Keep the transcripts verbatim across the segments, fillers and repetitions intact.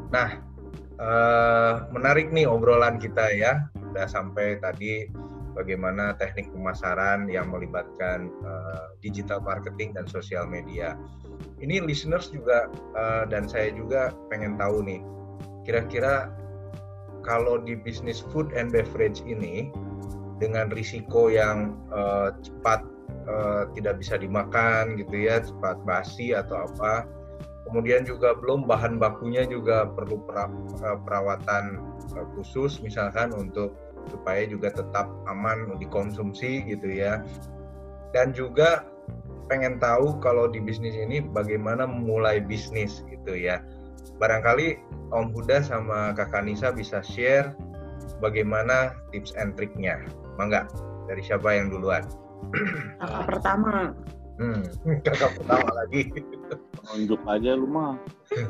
Nah, eh, menarik nih obrolan kita ya. Udah sampai tadi bagaimana teknik pemasaran yang melibatkan uh, digital marketing dan sosial media. Ini listeners juga uh, dan saya juga pengen tahu nih, kira-kira kalau di bisnis food and beverage ini dengan risiko yang uh, cepat uh, tidak bisa dimakan gitu ya, cepat basi atau apa, kemudian juga belum bahan bakunya juga perlu perawatan khusus misalkan untuk supaya juga tetap aman dikonsumsi gitu ya. Dan juga pengen tahu kalau di bisnis ini bagaimana memulai bisnis gitu ya. Barangkali Om Huda sama Kakak Nisa bisa share bagaimana tips and triknya. Mangga, dari siapa yang duluan? Kakak pertama. Hmm, kakak pertama lagi. Unjuk aja lu mah.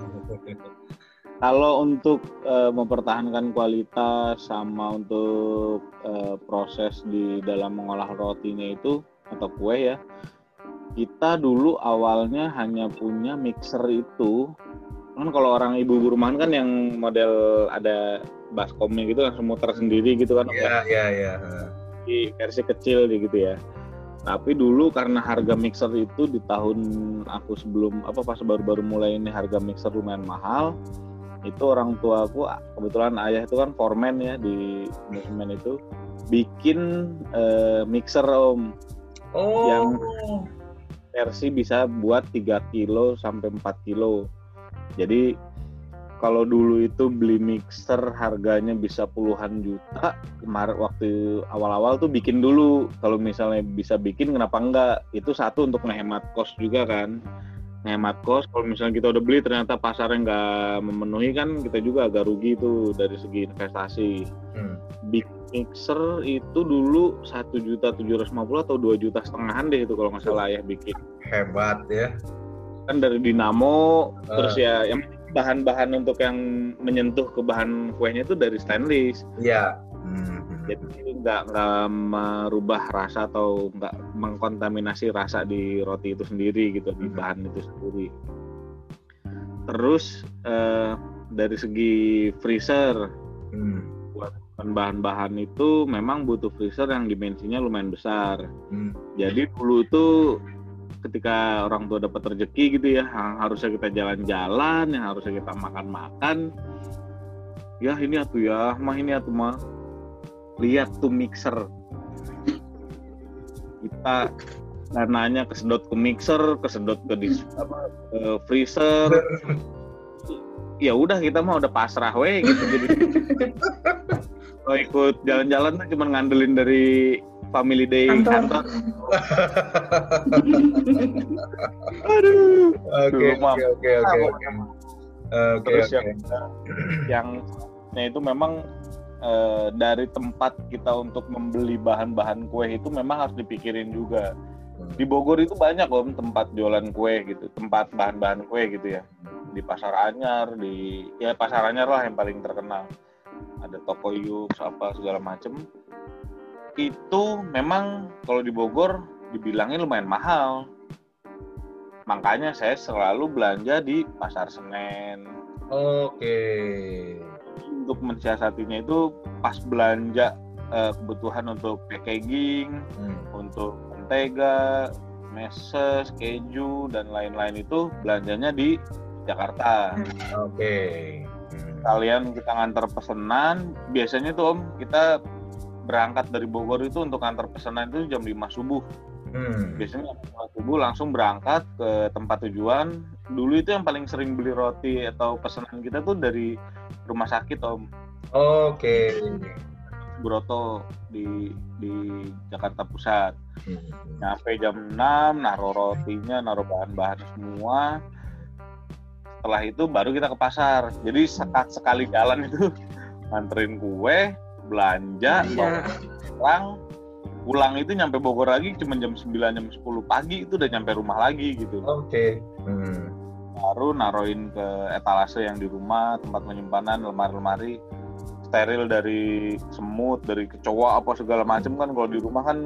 Kalau untuk uh, mempertahankan kualitas sama untuk uh, proses di dalam mengolah rotinya itu atau kue ya, kita dulu awalnya hanya punya mixer itu. Kan kalau orang ibu rumahan kan yang model ada baskomnya gitu langsung muter sendiri gitu kan. Iya, iya, iya. Di versi kecil gitu ya. Tapi dulu karena harga mixer itu di tahun aku sebelum apa pas baru-baru mulai ini harga mixer lumayan mahal. Itu orang tua aku kebetulan ayah itu kan foreman ya di Newseman itu bikin uh, mixer om oh. yang versi bisa buat tiga kilo sampai empat kilo. Jadi kalau dulu itu beli mixer harganya bisa puluhan juta, kemarin waktu awal-awal tuh bikin dulu. Kalau misalnya bisa bikin kenapa enggak? Itu satu untuk menghemat kos juga kan. Ngehemat kos, kalau misalnya kita udah beli ternyata pasarnya nggak memenuhi kan kita juga agak rugi tuh dari segi investasi. Hmm. Big mixer itu dulu satu juta tujuh ratus lima puluh atau dua juta setengahan deh itu kalau nggak salah ya bikin. Hebat ya. Kan dari dinamo, uh. terus ya yang bahan-bahan untuk yang menyentuh ke bahan kuenya itu dari stainless. Iya. Hmm. Jadi nggak nggak merubah rasa atau nggak mengkontaminasi rasa di roti itu sendiri gitu, di bahan itu sendiri. Terus eh, dari segi freezer, hmm. buat bahan-bahan itu memang butuh freezer yang dimensinya lumayan besar. Hmm. Jadi dulu tuh ketika orang tua dapat rezeki gitu ya, yang harusnya kita jalan-jalan, yang harusnya kita makan-makan, ya ini atuh ya, mah ini atuh mah. Lihat tuh mixer, kita dananya kesedot ke mixer, kesedot ke, dis, apa, ke freezer, ya udah kita mah udah pasrah weh gitu. Jadi kalau ikut jalan-jalan tuh cuma ngandelin dari family day kantor. Aduh. Oke oke oke oke. Terus yang yang itu memang Uh, dari tempat kita untuk membeli bahan-bahan kue itu memang harus dipikirin juga. Hmm. Di Bogor itu banyak om tempat jualan kue gitu, tempat bahan-bahan kue gitu ya. Di Pasar Anyar, di ya Pasar Anyar lah yang paling terkenal. Ada toko Yux apa segala macem. Itu memang kalau di Bogor dibilangnya lumayan mahal. Makanya saya selalu belanja di Pasar Senen. Oke. Okay. Untuk mensiasatinya itu pas belanja uh, kebutuhan untuk packaging, hmm. untuk mentega, meses, keju dan lain-lain itu belanjanya di Jakarta. Oke. Okay. Hmm. Kalian kita ngantar pesanan, biasanya tuh om kita berangkat dari Bogor itu untuk ngantar pesanan itu jam lima subuh. Hmm. Biasanya lima subuh langsung berangkat ke tempat tujuan. Dulu itu yang paling sering beli roti atau pesanan kita tuh dari rumah sakit om. Oke. Okay. Broto di di Jakarta Pusat. Hmm. Nyampe jam enam, naruh rotinya, naruh bahan-bahan semua. Setelah itu baru kita ke pasar. Jadi sekat sekali jalan itu nganterin kue, belanja, bawa pulang. Pulang itu nyampe Bogor lagi cuma jam sembilan, jam sepuluh pagi itu udah nyampe rumah lagi gitu. Oke. Okay. Hmm. Baru naruhin ke etalase yang di rumah, tempat penyimpanan, lemari-lemari steril dari semut, dari kecoa apa segala macam kan. Kalau di rumah kan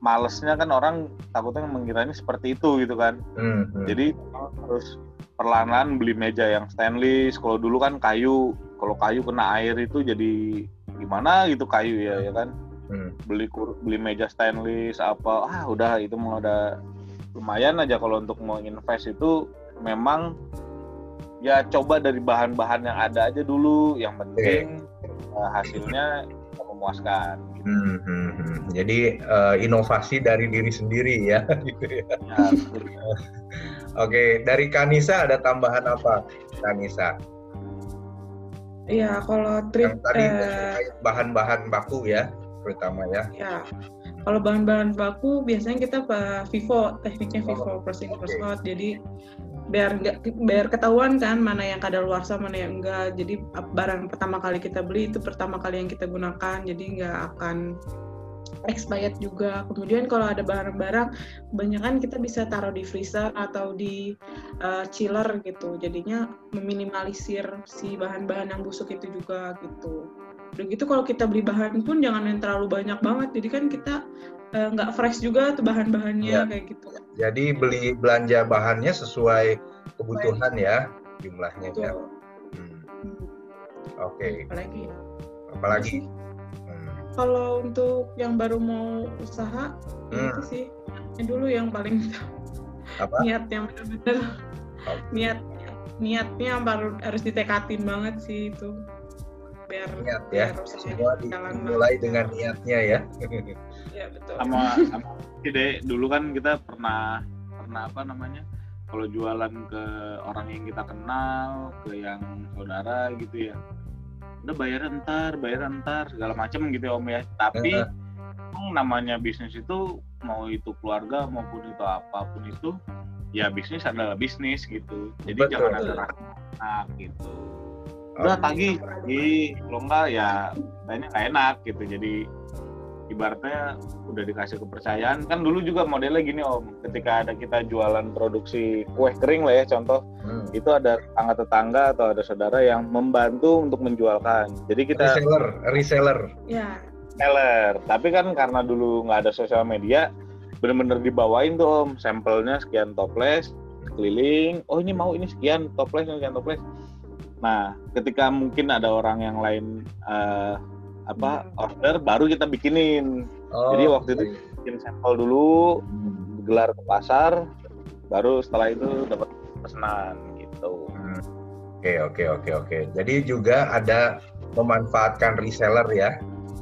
malesnya kan orang takutnya mengiranya seperti itu gitu kan. Hmm, hmm. Jadi harus perlahan-lahan beli meja yang stainless. Kalau dulu kan kayu, kalau kayu kena air itu jadi gimana gitu kayu ya, ya kan. Hmm. Beli beli meja stainless apa, ah udah itu mau udah lumayan aja. Kalau untuk mau invest itu memang ya coba dari bahan-bahan yang ada aja dulu. Yang penting okay. uh, hasilnya memuaskan. Gitu. Hmm, hmm, hmm. Jadi uh, inovasi dari diri sendiri ya. Gitu ya. Ya Oke, dari Kanisa ada tambahan apa, Kanisa? Iya, kalau trip yang tadi eh, bahan-bahan baku ya, terutama ya. Ya, kalau bahan-bahan baku biasanya kita pak FIFO, tekniknya FIFO, Oh, first in first okay. out. Jadi biar nggak biar ketahuan kan mana yang kadaluarsa, mana yang enggak. Jadi barang pertama kali kita beli itu pertama kali yang kita gunakan, jadi nggak akan expired juga. Kemudian kalau ada barang-barang, kebanyakan kita bisa taruh di freezer atau di uh, chiller gitu. Jadinya meminimalisir si bahan-bahan yang busuk itu juga gitu. Udah gitu kalau kita beli bahan pun jangan yang terlalu banyak banget. Jadi kan kita nggak uh, fresh juga tuh bahan-bahannya ya. Kayak gitu. Jadi beli belanja bahannya sesuai kebutuhan ya jumlahnya ya. Hmm. Hmm. Oke. Okay. Apalagi? Apalagi? Kalau untuk yang baru mau usaha, hmm. itu sih dulu yang paling apa? niat yang benar-benar oh. niat niatnya baru harus ditekatin banget sih itu biar niat ya biar semua dimulai dengan niatnya ya. Ya betul. Sama sama ide dulu kan kita pernah pernah apa namanya kalau jualan ke orang yang kita kenal, ke yang saudara gitu ya. Udah bayar entar, bayar entar, segala macam gitu ya Om ya. Tapi uh-huh. namanya bisnis itu mau itu keluarga maupun itu apapun itu, ya bisnis adalah bisnis gitu. Jadi betul. Jangan ada rasa gitu. Udah tagih, tagih, kalau enggak ya banyak nggak enak gitu. Jadi ibaratnya udah dikasih kepercayaan. Kan dulu juga modelnya gini Om, ketika ada kita jualan produksi kue kering lah ya contoh, hmm. itu ada tetangga-tetangga atau ada saudara yang membantu untuk menjualkan. Jadi kita reseller, reseller. Ya. Reseller. Tapi kan karena dulu nggak ada sosial media, bener-bener dibawain tuh Om, sampelnya sekian toples, keliling. Oh ini mau ini sekian toples, sekian toples. Nah, ketika mungkin ada orang yang lain uh, apa order baru kita bikinin. Oh, jadi waktu itu bikin sampel dulu, gelar ke pasar, baru setelah itu dapat pesanan gitu. Hmm. Oke oke oke oke. Jadi juga ada memanfaatkan reseller ya.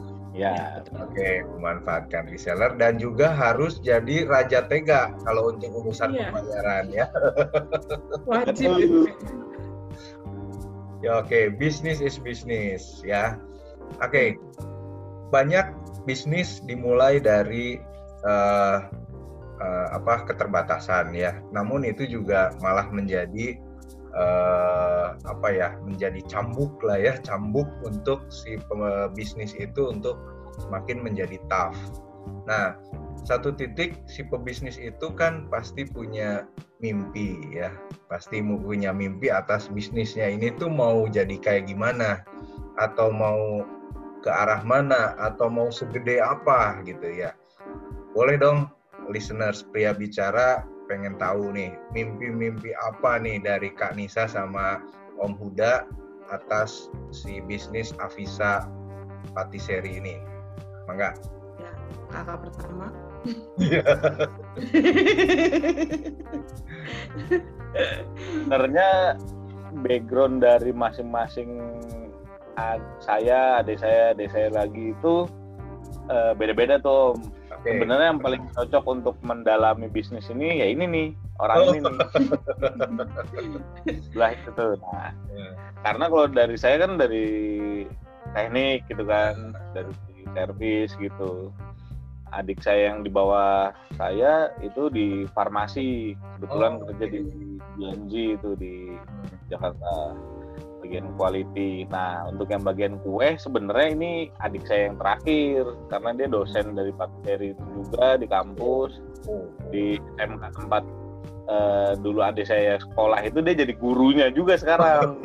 Ya. Oke, memanfaatkan reseller dan juga harus jadi raja tega kalau untuk urusan iya. pembayaran ya. Wajib. Ya oke, bisnis is bisnis ya. Oke, okay. Banyak bisnis dimulai dari uh, uh, apa keterbatasan ya. Namun itu juga malah menjadi uh, apa ya, menjadi cambuk lah ya, cambuk untuk si pebisnis itu untuk semakin menjadi tough. Nah, satu titik si pebisnis itu kan pasti punya mimpi ya, pasti punya mimpi atas bisnisnya ini tuh mau jadi kayak gimana, atau mau ke arah mana, atau mau segede apa gitu ya. Boleh dong listeners Pria Bicara pengen tahu nih mimpi-mimpi apa nih dari Kak Nisa sama Om Huda atas si bisnis Avisa Patisserie ini. Mangga. Ya, kakak pertama. Sebenarnya background dari masing-masing saya, adik saya, adik saya lagi itu uh, beda-beda tuh. Okay. Sebenarnya yang paling cocok untuk mendalami bisnis ini ya ini nih, orang oh. ini nih. Sebelah itu tuh. Nah, yeah. Karena kalau dari saya kan dari teknik gitu kan, dari servis gitu. Adik saya yang di bawah saya itu di farmasi, kebetulan oh, kerja okay. di B N G itu di Jakarta. Bagian quality. Nah, untuk yang bagian kue sebenarnya ini adik saya yang terakhir karena dia dosen dari patisserie itu juga di kampus di S M K tempat uh, dulu adik saya sekolah itu dia jadi gurunya juga sekarang.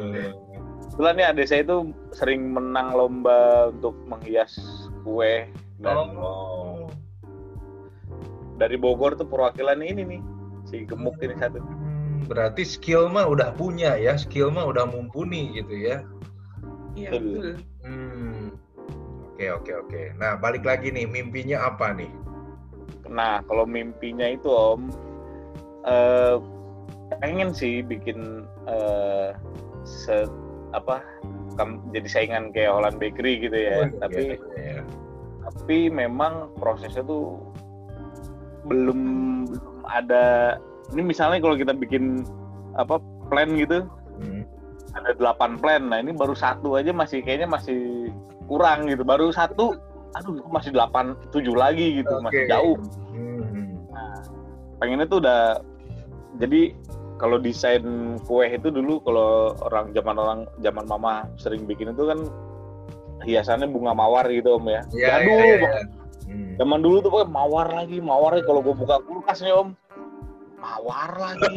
Kebetulan nih adik saya itu sering menang lomba untuk menghias kue Dan Oh. dari Bogor tuh perwakilan ini nih, si gemuk ini satu. Hmm, berarti skill mah udah punya ya, skill mah udah mumpuni gitu ya. Iya Betul. betul. Hmm. Oke oke oke. Nah balik lagi nih, mimpinya apa nih? Nah, kalau mimpinya itu Om, eh, pengen sih bikin eh, se apa kam- jadi saingan kayak Holland Bakery gitu ya. Oh, iya, tapi iya. tapi memang prosesnya tuh belum belum ada. Ini misalnya kalau kita bikin apa plan gitu, Hmm. ada delapan plan. Nah ini baru satu aja masih kayaknya masih kurang gitu. Baru satu, aduh itu masih delapan, tujuh lagi gitu, Oke. masih jauh. Hmm. Pengennya tuh udah, jadi kalau desain kue itu dulu kalau orang zaman orang zaman mama sering bikin itu kan hiasannya bunga mawar gitu Om ya. Iya, Jadul iya, iya, banget. iya. Hmm. Zaman dulu tuh pokoknya mawar lagi, mawar lagi. Kalau gue buka kulkasnya Om, mawar lagi.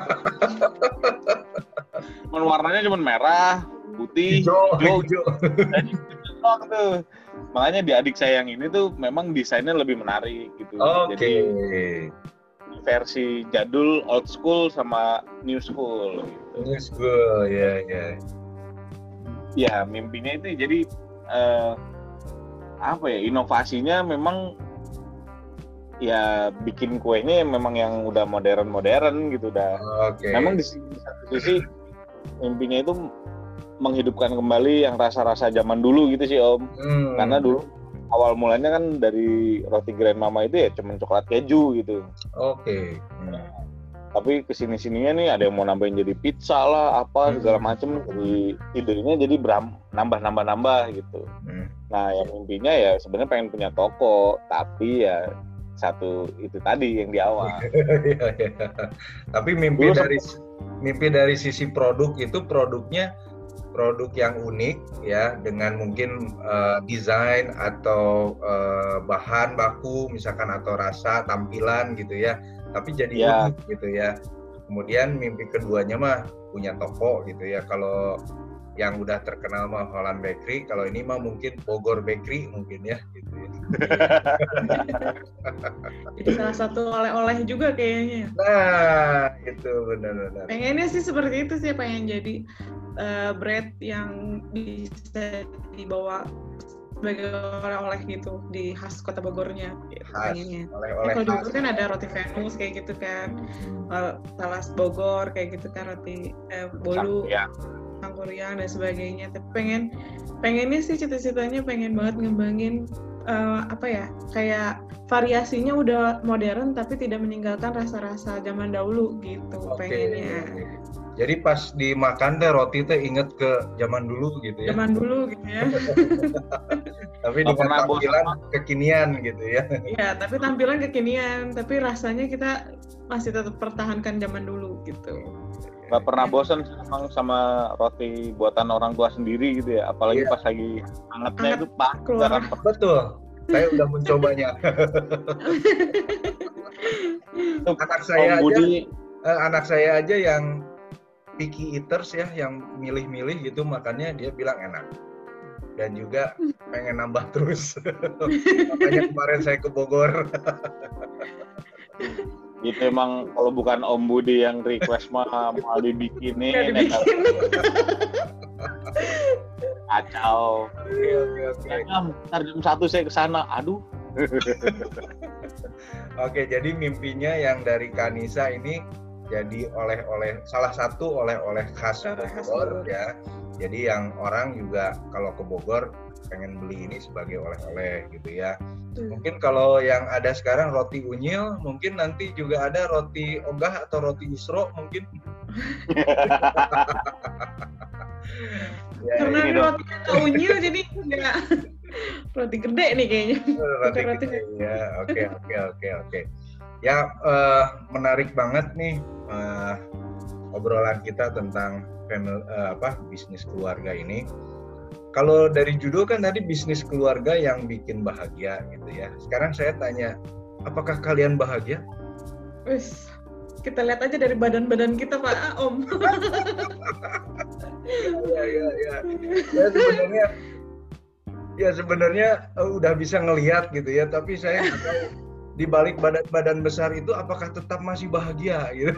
Cuman warnanya cuman merah, putih, Hijau, hijau, hijau. cocok tuh. Makanya di adik saya yang ini tuh memang desainnya lebih menarik gitu. Oke. Jadi versi jadul, old school sama new school gitu. New school, ya ya. Ya mimpinya itu jadi eh, apa ya, inovasinya memang ya bikin kuenya memang yang udah modern-modern gitu udah. Oke. Memang di sisi- di satu sisi mimpinya itu menghidupkan kembali yang rasa-rasa zaman dulu gitu sih Om. Hmm. Karena dulu awal mulanya kan dari roti grandmama itu ya cuman coklat keju gitu. Oke. Hmm. Tapi kesini-sininya nih ada yang mau nambahin jadi pizza lah apa Hmm. segala macem, jadi idenya jadi beram, nambah-nambah-nambah gitu. Hmm. Nah yang mimpinya ya sebenarnya pengen punya toko, tapi ya satu itu tadi yang di awal. Iya, iya. Tapi mimpi Dulu dari mimpi dari sisi produk itu produknya produk yang unik ya, dengan mungkin eh, desain atau eh, bahan baku misalkan atau rasa tampilan gitu ya, tapi jadi Ya. unik gitu ya. Kemudian mimpi keduanya mah punya toko gitu ya. Kalau yang udah terkenal mah Holland Bakery, kalau ini mah mungkin Bogor Bakery mungkin ya gitu ya. Jadi salah satu oleh-oleh juga kayaknya. Nah, itu benar-benar. Pengennya sih seperti itu sih, pengen jadi uh, bread yang bisa dibawa sebagai oleh-oleh gitu di khas kota Bogornya. Gitu, Khas, pengennya. oleh-oleh Ya, kalau di khas. Bogor kan ada roti Venus kayak gitu kan, uh, talas Bogor kayak gitu kan, roti eh, bolu, Ya. Sangkuriang dan sebagainya. Tapi pengen pengennya sih cita-citanya pengen banget ngembangin uh, apa ya, kayak variasinya udah modern tapi tidak meninggalkan rasa-rasa zaman dahulu gitu. Oke. Pengennya Jadi pas dimakan teh roti teh inget ke zaman dulu gitu ya. zaman dulu gitu ya. Tapi Nggak dengan pernah bosan, tampilan kekinian gitu ya. Iya, tapi tampilan kekinian, tapi rasanya kita masih tetap pertahankan zaman dulu gitu. Gak pernah bosan emang sama roti buatan orang tua sendiri gitu ya, apalagi Iya. pas lagi hangatnya Hangat itu pas keluar. kan. Betul. Saya udah mencobanya. anak saya Om aja, Budi eh, anak saya aja yang picky eaters ya, yang milih-milih gitu makannya, dia bilang enak. Dan juga pengen nambah terus. Makanya kemarin saya ke Bogor. itu emang kalau bukan Om Budi yang request mah mau dibikinin Nggak ya kan. dibikin. Kacau. Oke oke oke. Ya, ntar jam satu saya kesana, aduh. Oke, jadi mimpinya yang dari Kanisa ini jadi oleh-oleh, salah satu oleh-oleh khas Oleh khas Bogor Bogor. ya. Jadi yang orang juga kalau ke Bogor pengen beli ini sebagai oleh-oleh gitu ya. Mungkin kalau yang ada sekarang roti unyil, mungkin nanti juga ada roti ogah atau roti usro mungkin. Ya, Karena ini ini dong. rotinya nggak unyil jadi nggak roti gede nih kayaknya. roti Bukan roti gede. Ya, oke oke oke oke. Ya eh, menarik banget nih eh, obrolan kita tentang family, eh, apa bisnis keluarga ini. Kalau dari judul kan tadi bisnis keluarga yang bikin bahagia gitu ya. Sekarang saya tanya, apakah kalian bahagia? Wis, kita lihat aja dari badan-badan kita Pak Om. Ya ya ya. Saya sebenarnya Ya sebenarnya uh, udah bisa ngelihat gitu ya, tapi saya nggak tahu di balik badan-badan besar itu apakah tetap masih bahagia gitu.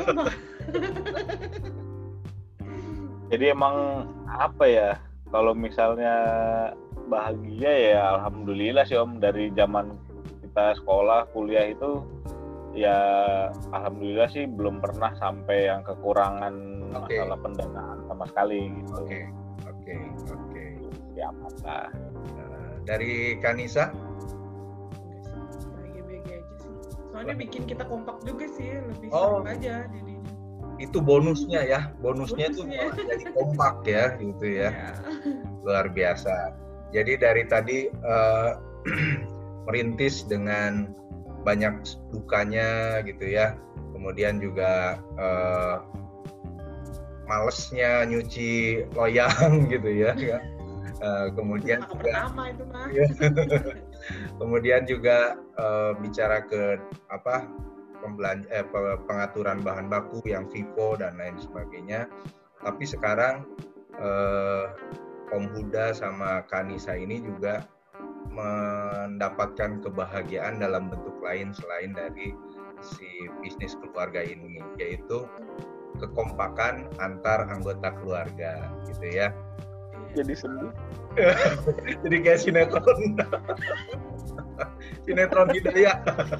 Jadi emang apa ya, kalau misalnya bahagia ya alhamdulillah sih Om, dari zaman kita sekolah kuliah itu ya alhamdulillah sih belum pernah sampai yang kekurangan okay. masalah pendanaan sama sekali gitu. Oke, okay. oke, okay. oke. Okay. Ya apa? Uh, dari Kanisa? Bahagia-bahagia aja sih. Soalnya bikin kita kompak juga sih, lebih oh. seru aja jadinya. Itu bonusnya ya, bonusnya, bonusnya. Tuh jadi kompak ya, gitu ya. Yeah. Luar biasa. Jadi dari tadi uh, merintis dengan banyak dukanya gitu ya, kemudian juga uh, malesnya nyuci loyang gitu ya, uh, kemudian Maka juga pertama itu mah. kemudian juga uh, bicara ke apa pembelanja, eh, pengaturan bahan baku yang FIFO dan lain sebagainya. Tapi sekarang eh, Om Huda sama Kanisa ini juga mendapatkan kebahagiaan dalam bentuk lain selain dari si bisnis keluarga ini, yaitu kekompakan antar anggota keluarga gitu ya. Jadi sedih. Jadi kayak sinetron. Sinetron Hidayah.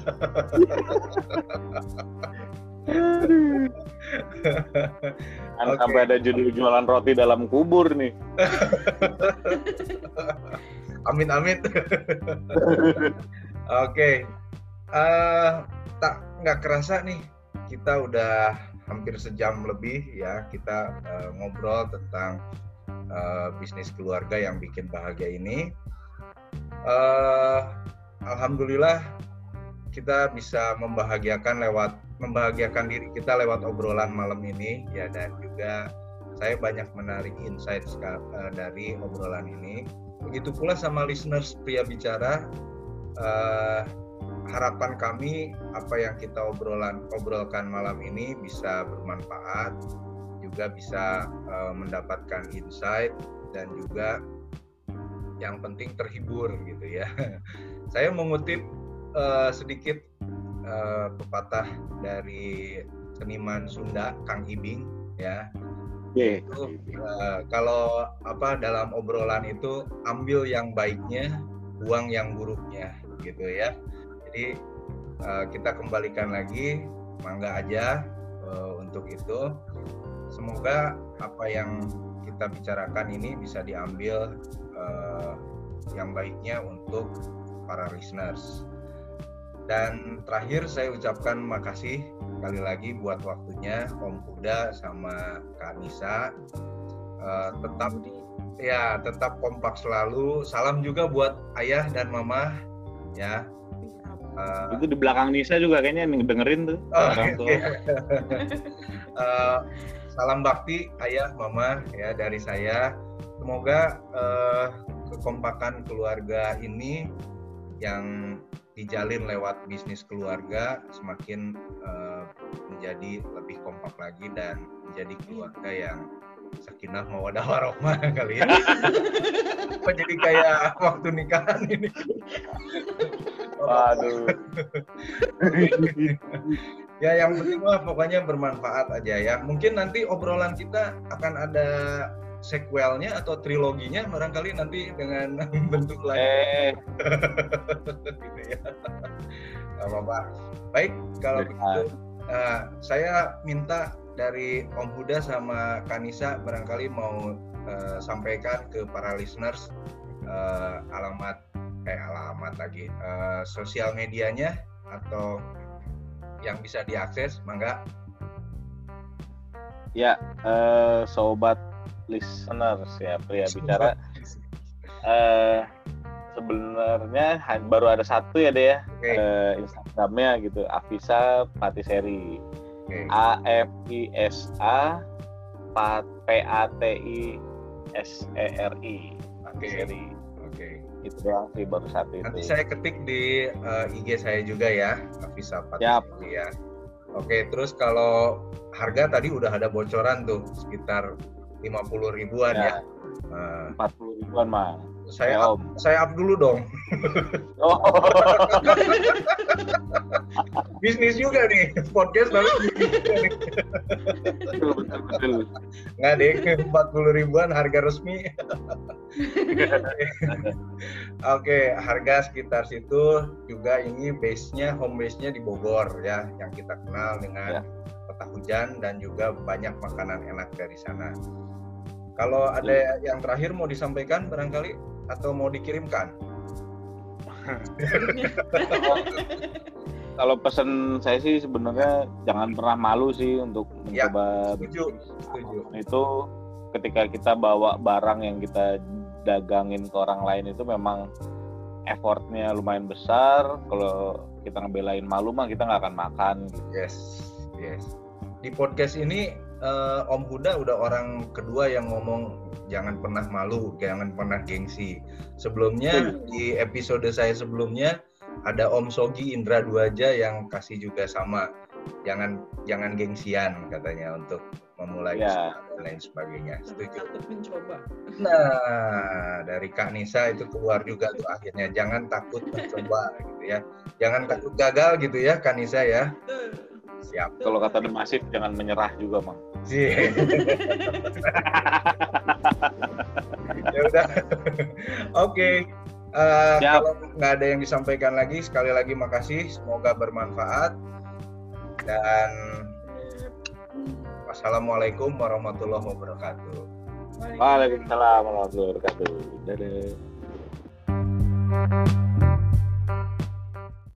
Kan okay. Sampai ada judul jualan roti dalam kubur nih. Amin amin. Oke, okay. uh, tak nggak kerasa nih kita udah hampir sejam lebih ya kita uh, ngobrol tentang uh, bisnis keluarga yang bikin bahagia ini. Uh, Alhamdulillah kita bisa membahagiakan lewat membahagiakan diri kita lewat obrolan malam ini ya, dan juga saya banyak menarik insight uh, dari obrolan ini. Begitu pula sama listeners Pria Bicara. Uh, harapan kami apa yang kita obrolan obrolkan malam ini bisa bermanfaat, juga bisa uh, mendapatkan insight dan juga yang penting terhibur gitu ya. Saya mengutip uh, sedikit uh, pepatah dari seniman Sunda Kang Ibing ya. Yeah. Itu uh, kalau apa dalam obrolan itu ambil yang baiknya, buang yang buruknya gitu ya. Jadi uh, kita kembalikan lagi, mangga aja uh, untuk itu. Semoga apa yang kita bicarakan ini bisa diambil uh, yang baiknya untuk para listeners. Dan terakhir saya ucapkan makasih sekali lagi buat waktunya Om Huda sama Kak Nisa. Uh, tetap ya tetap kompak selalu. Salam juga buat ayah dan mama ya. Uh, itu di belakang Nisa juga kayaknya yang dengerin tuh oh, orang tua. uh, salam bakti ayah mama ya dari saya. Semoga uh, kekompakan keluarga ini yang dijalin lewat bisnis keluarga semakin uh, menjadi lebih kompak lagi dan menjadi keluarga yang sakinah mawaddah warahmah kali ya. Kok jadi kayak waktu nikahan ini. Waduh. Ya yang penting lah pokoknya bermanfaat aja ya. Mungkin nanti obrolan kita akan ada sequelnya atau triloginya barangkali nanti dengan bentuk lain. Eh. Gitu ya. Gak apa-apa. Baik kalau begitu uh, saya minta dari Om Huda sama Kanisa barangkali mau uh, sampaikan ke para listeners uh, alamat eh alamat lagi uh, sosial medianya atau yang bisa diakses, mangga. Ya, uh, sobat listeners ya Pria Bicara. Uh, sebenarnya baru ada satu ya deh ya, okay. uh, Instagramnya gitu, Afisa Patisserie. Okay. A F I S A P A T I S E R I Patisserie. Oke. Itu doang sih baru satu itu. Nanti saya ketik di uh, I G saya juga ya, Afisa Patisserie ya. Oke, terus kalau harga tadi udah ada bocoran tuh sekitar lima puluh ribuan ya. ya. empat puluh ribuan mah. Saya Ya, up, Om. saya up dulu dong. Oh. Bisnis juga nih, podcast lalu bisnis juga nih. betul betul betul. Nggak deh, empat puluh ribuan harga resmi. Oke, harga sekitar situ juga ini base-nya, home base-nya di Bogor ya, yang kita kenal dengan Ya. kota hujan dan juga banyak makanan enak dari sana. Kalau ada yang terakhir mau disampaikan barangkali atau mau dikirimkan? Kalau pesan saya sih sebenarnya jangan pernah malu sih untuk Ya, mencoba setuju, setuju. itu. Ketika kita bawa barang yang kita dagangin ke orang lain itu memang effortnya lumayan besar. Kalau kita ngebelain malu mah kita nggak akan makan gitu. Yes, yes. Di podcast ini eh, Om Huda udah orang kedua yang ngomong jangan pernah malu, jangan pernah gengsi. Sebelumnya di episode saya sebelumnya ada Om Sogi Indra Duaja yang kasih juga sama, jangan jangan gengsian katanya untuk memulai Ya. usaha dan lain sebagainya. Setuju. Takut mencoba. Nah, dari Kak Nisa itu keluar juga tuh akhirnya, jangan takut mencoba gitu ya. Jangan takut gagal gitu ya Kak Nisa ya. Siap. Kalau kata The Massive jangan menyerah juga, Mang. Sih. Ya udah. Oke. Uh, kalau nggak ada yang disampaikan lagi, sekali lagi makasih. Semoga bermanfaat. Dan wassalamualaikum warahmatullahi wabarakatuh. Waalaikumsalam warahmatullahi wabarakatuh. Dadah.